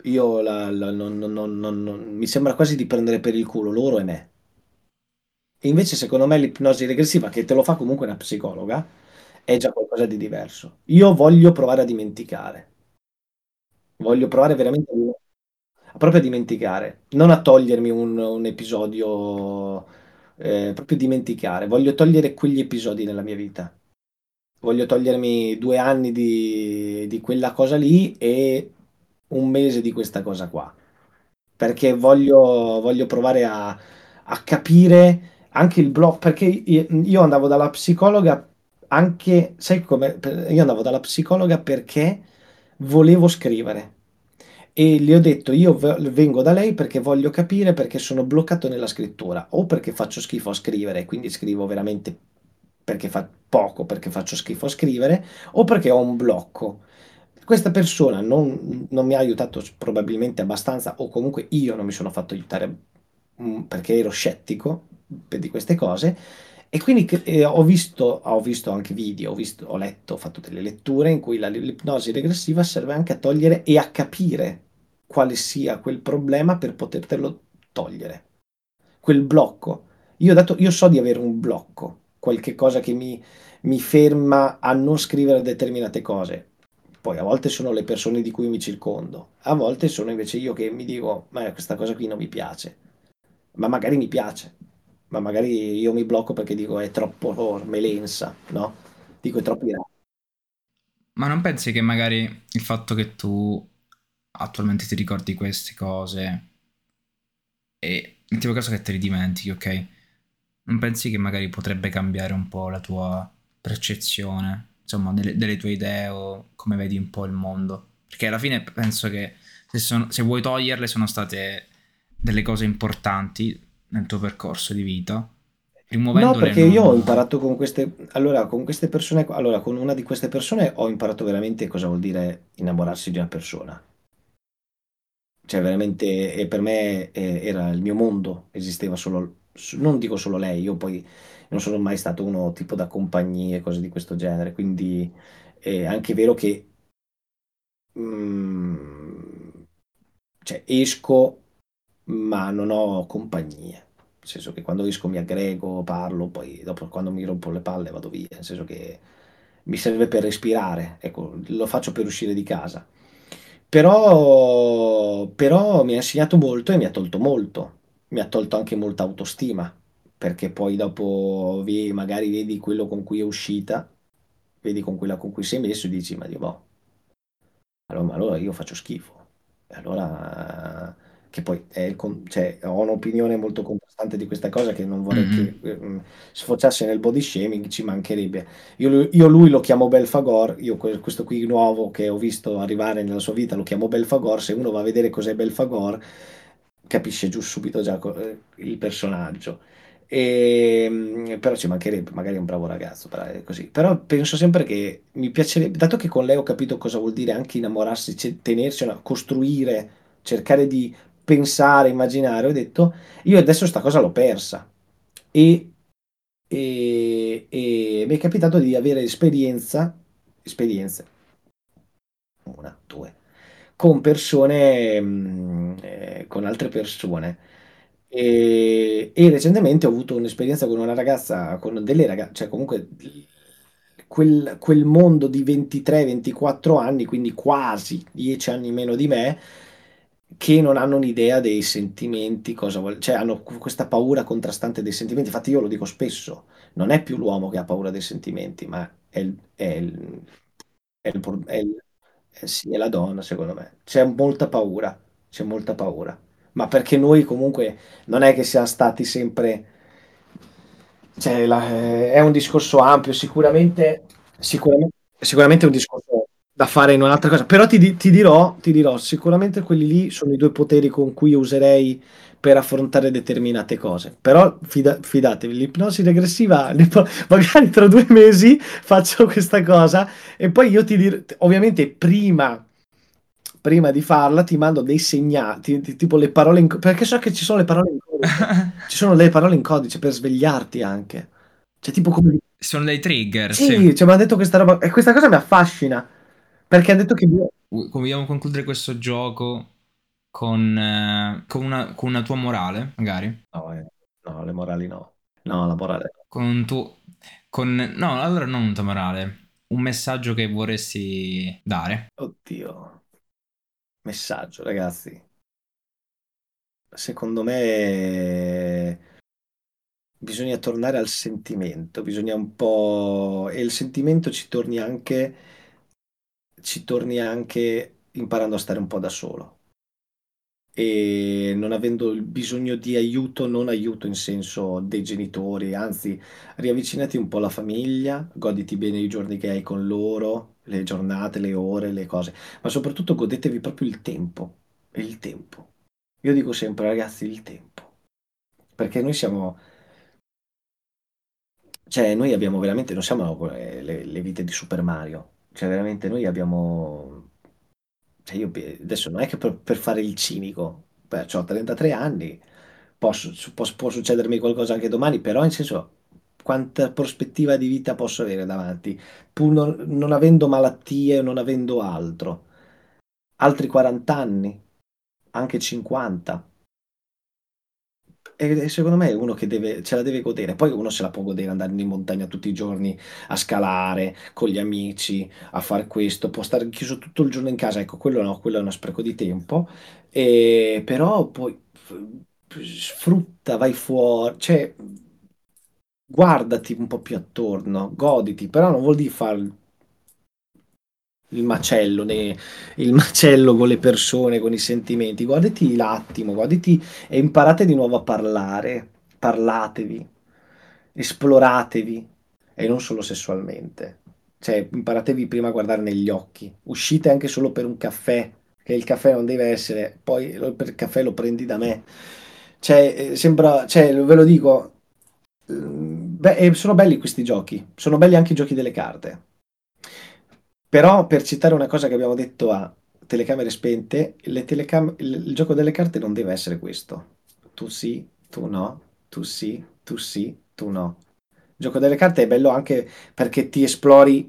Io la- la- non- non- non- non- non- mi sembra quasi di prendere per il culo loro e me. E invece, secondo me, l'ipnosi regressiva, che te lo fa comunque una psicologa, è già qualcosa di diverso. Io voglio provare a dimenticare. Voglio provare veramente a- proprio a dimenticare, non a togliermi un, un episodio, eh, proprio dimenticare. Voglio togliere quegli episodi nella mia vita. Voglio togliermi due anni di, di quella cosa lì e un mese di questa cosa qua. Perché voglio, voglio provare a, a capire anche il blocco. Perché io io andavo dalla psicologa anche, sai come? Per- Io andavo dalla psicologa perché volevo scrivere. E gli ho detto, io v- vengo da lei perché voglio capire perché sono bloccato nella scrittura, o perché faccio schifo a scrivere, quindi scrivo veramente perché fa poco, perché faccio schifo a scrivere, o perché ho un blocco. Questa persona non, non mi ha aiutato probabilmente abbastanza, o comunque io non mi sono fatto aiutare mm, perché ero scettico per- di queste cose. E quindi che- eh, ho visto, ho visto anche video, ho visto- ho letto, ho fatto delle letture in cui la- l'ipnosi regressiva serve anche a togliere e a capire quale sia quel problema per potertelo togliere. Quel blocco. Io, ho dato- io so di avere un blocco, qualche cosa che mi, mi ferma a non scrivere determinate cose. Poi a volte sono le persone di cui mi circondo, a volte sono invece io che mi dico, ma questa cosa qui non mi piace, ma magari mi piace, ma magari io mi blocco perché dico è troppo melensa, no? Dico è troppo ira- Ma non pensi che magari il fatto che tu attualmente ti ricordi queste cose e in tipo caso che te li dimentichi, ok? Non pensi che magari potrebbe cambiare un po' la tua percezione, insomma, delle, delle tue idee o come vedi un po' il mondo? Perché alla fine penso che se, sono- se vuoi toglierle sono state delle cose importanti nel tuo percorso di vita. No, Rimuovendole perché io ho non... imparato con queste, allora, con queste persone, qua- allora, con una di queste persone ho imparato veramente cosa vuol dire innamorarsi di una persona. Cioè, veramente, e per me eh, era il mio mondo, esisteva solo, s- non dico solo lei, io poi non sono mai stato uno tipo da compagnie, cose di questo genere, quindi è anche vero che mm, cioè, esco, ma non ho compagnie. Nel senso che quando esco mi aggrego, parlo, poi dopo quando mi rompo le palle vado via. Nel senso che mi serve per respirare, ecco, lo faccio per uscire di casa. Però, però mi ha insegnato molto e mi ha tolto molto. Mi ha tolto anche molta autostima, perché poi dopo vi- magari vedi quello con cui è uscita, vedi con quella con cui sei messo e dici, ma Dio, boh, allora, ma allora io faccio schifo. E allora, che poi è il con- cioè, ho un'opinione molto contrastante di questa cosa che non vorrei Mm-mm. che eh, sfociasse nel body shaming, ci mancherebbe. Io, lu- io lui lo chiamo Belfagor, io que- questo qui nuovo che ho visto arrivare nella sua vita lo chiamo Belfagor, se uno va a vedere cos'è Belfagor capisce giù subito già co- eh, il personaggio. E, mm, però ci mancherebbe, magari è un bravo ragazzo, però è così. Però penso sempre che mi piacerebbe, dato che con lei ho capito cosa vuol dire anche innamorarsi, ce- tenersi, una- costruire, cercare di pensare, immaginare, ho detto, io adesso sta cosa l'ho persa. E, e- e mi è capitato di avere esperienza, esperienze, una, due, con persone, mh, eh, con altre persone. E, e recentemente ho avuto un'esperienza con una ragazza, con delle ragazze, cioè comunque quel, quel mondo di ventitré ventiquattro anni, quindi quasi dieci anni meno di me, che non hanno un'idea dei sentimenti, cosa vuol- cioè hanno questa paura contrastante dei sentimenti. Infatti io lo dico spesso, non è più l'uomo che ha paura dei sentimenti, ma è il, è il- è il pro- è il- eh sì, è la donna, secondo me. C'è molta paura, c'è molta paura. Ma perché noi comunque non è che siamo stati sempre cioè, la- eh, è un discorso ampio, sicuramente, sicuramente, sicuramente è un discorso da fare in un'altra cosa, però ti, di- ti dirò, ti dirò, sicuramente quelli lì sono i due poteri con cui io userei per affrontare determinate cose. Però fida- fidatevi, l'ipnosi regressiva, ne po- magari tra due mesi faccio questa cosa e poi io ti dirò, ovviamente prima, prima di farla ti mando dei segnali, ti- ti- tipo le parole in, co- perché so che ci sono le parole in codice. Ci sono delle parole in codice per svegliarti anche. Cioè, tipo come... Sono dei trigger, sì. Sì, cioè, mi ha detto questa roba... E questa cosa mi affascina. Perché ha detto che... Come vogliamo concludere questo gioco? con, eh, con una, con una tua morale, magari. No, eh, no, le morali no. No, la morale no. Con un tuo... Con, no, allora non un tuo morale. Un messaggio che vorresti dare. Oddio. Messaggio, ragazzi. Secondo me bisogna tornare al sentimento, bisogna un po'... E il sentimento ci torni anche, ci torni anche imparando a stare un po' da solo. E non avendo il bisogno di aiuto, non aiuto in senso dei genitori, anzi, riavvicinati un po' alla famiglia, goditi bene i giorni che hai con loro, le giornate, le ore, le cose, ma soprattutto godetevi proprio il tempo, il tempo. Io dico sempre, ragazzi, il tempo, perché noi siamo, cioè, noi abbiamo veramente, non siamo eh, le, le vite di Super Mario, cioè, veramente noi abbiamo. Cioè io pe- adesso non è che per, per fare il cinico, beh, ho trentatré anni, posso- su- può, può succedermi qualcosa anche domani, però in senso, quanta prospettiva di vita posso avere davanti, pur non, non avendo malattie, non avendo altro. Altri quaranta anni, anche cinquanta. E e secondo me è uno che deve, ce la deve godere. Poi uno se la può godere andando in montagna tutti i giorni a scalare con gli amici, a fare questo, può stare chiuso tutto il giorno in casa. Ecco, quello no, quello è uno spreco di tempo. E, però poi f- sfrutta, vai fuori, cioè guardati un po' più attorno, goditi, però non vuol dire fare il macello, ne- il macello con le persone, con i sentimenti. Goditi l'attimo, goditi e imparate di nuovo a parlare, parlatevi, esploratevi e non solo sessualmente. Cioè, imparatevi prima a guardare negli occhi. Uscite anche solo per un caffè, che il caffè non deve essere, poi lo- per il caffè lo prendi da me. Cioè, eh, sembra, cioè, ve lo dico, mm, beh, eh, sono belli questi giochi, sono belli anche i giochi delle carte. Però, per citare una cosa che abbiamo detto a telecamere spente, le telecam- il, il gioco delle carte non deve essere questo. Tu sì, tu no, tu sì, tu sì, tu no. Il gioco delle carte è bello anche perché ti esplori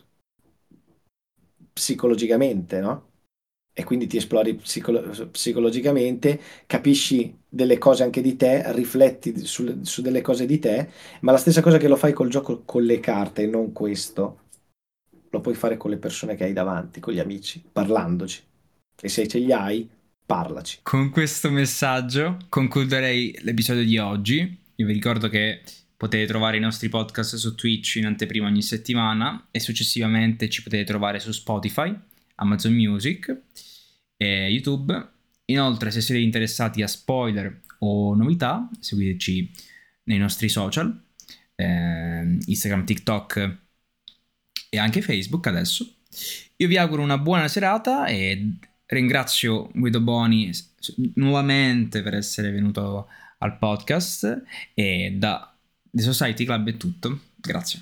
psicologicamente, no? E quindi ti esplori psicolo- psicologicamente, capisci delle cose anche di te, rifletti sul- su delle cose di te, ma la stessa cosa che lo fai col gioco con le carte, non questo, lo puoi fare con le persone che hai davanti, con gli amici, parlandoci. E se ce li hai, parlaci. Con questo messaggio concluderei l'episodio di oggi. Io vi ricordo che potete trovare i nostri podcast su Twitch in anteprima ogni settimana e successivamente ci potete trovare su Spotify, Amazon Music e YouTube. Inoltre, se siete interessati a spoiler o novità, seguiteci nei nostri social, eh, Instagram, TikTok e anche Facebook adesso. Io vi auguro una buona serata e ringrazio Guido Boni s- nuovamente per essere venuto al podcast e da The Society Club è tutto. Grazie.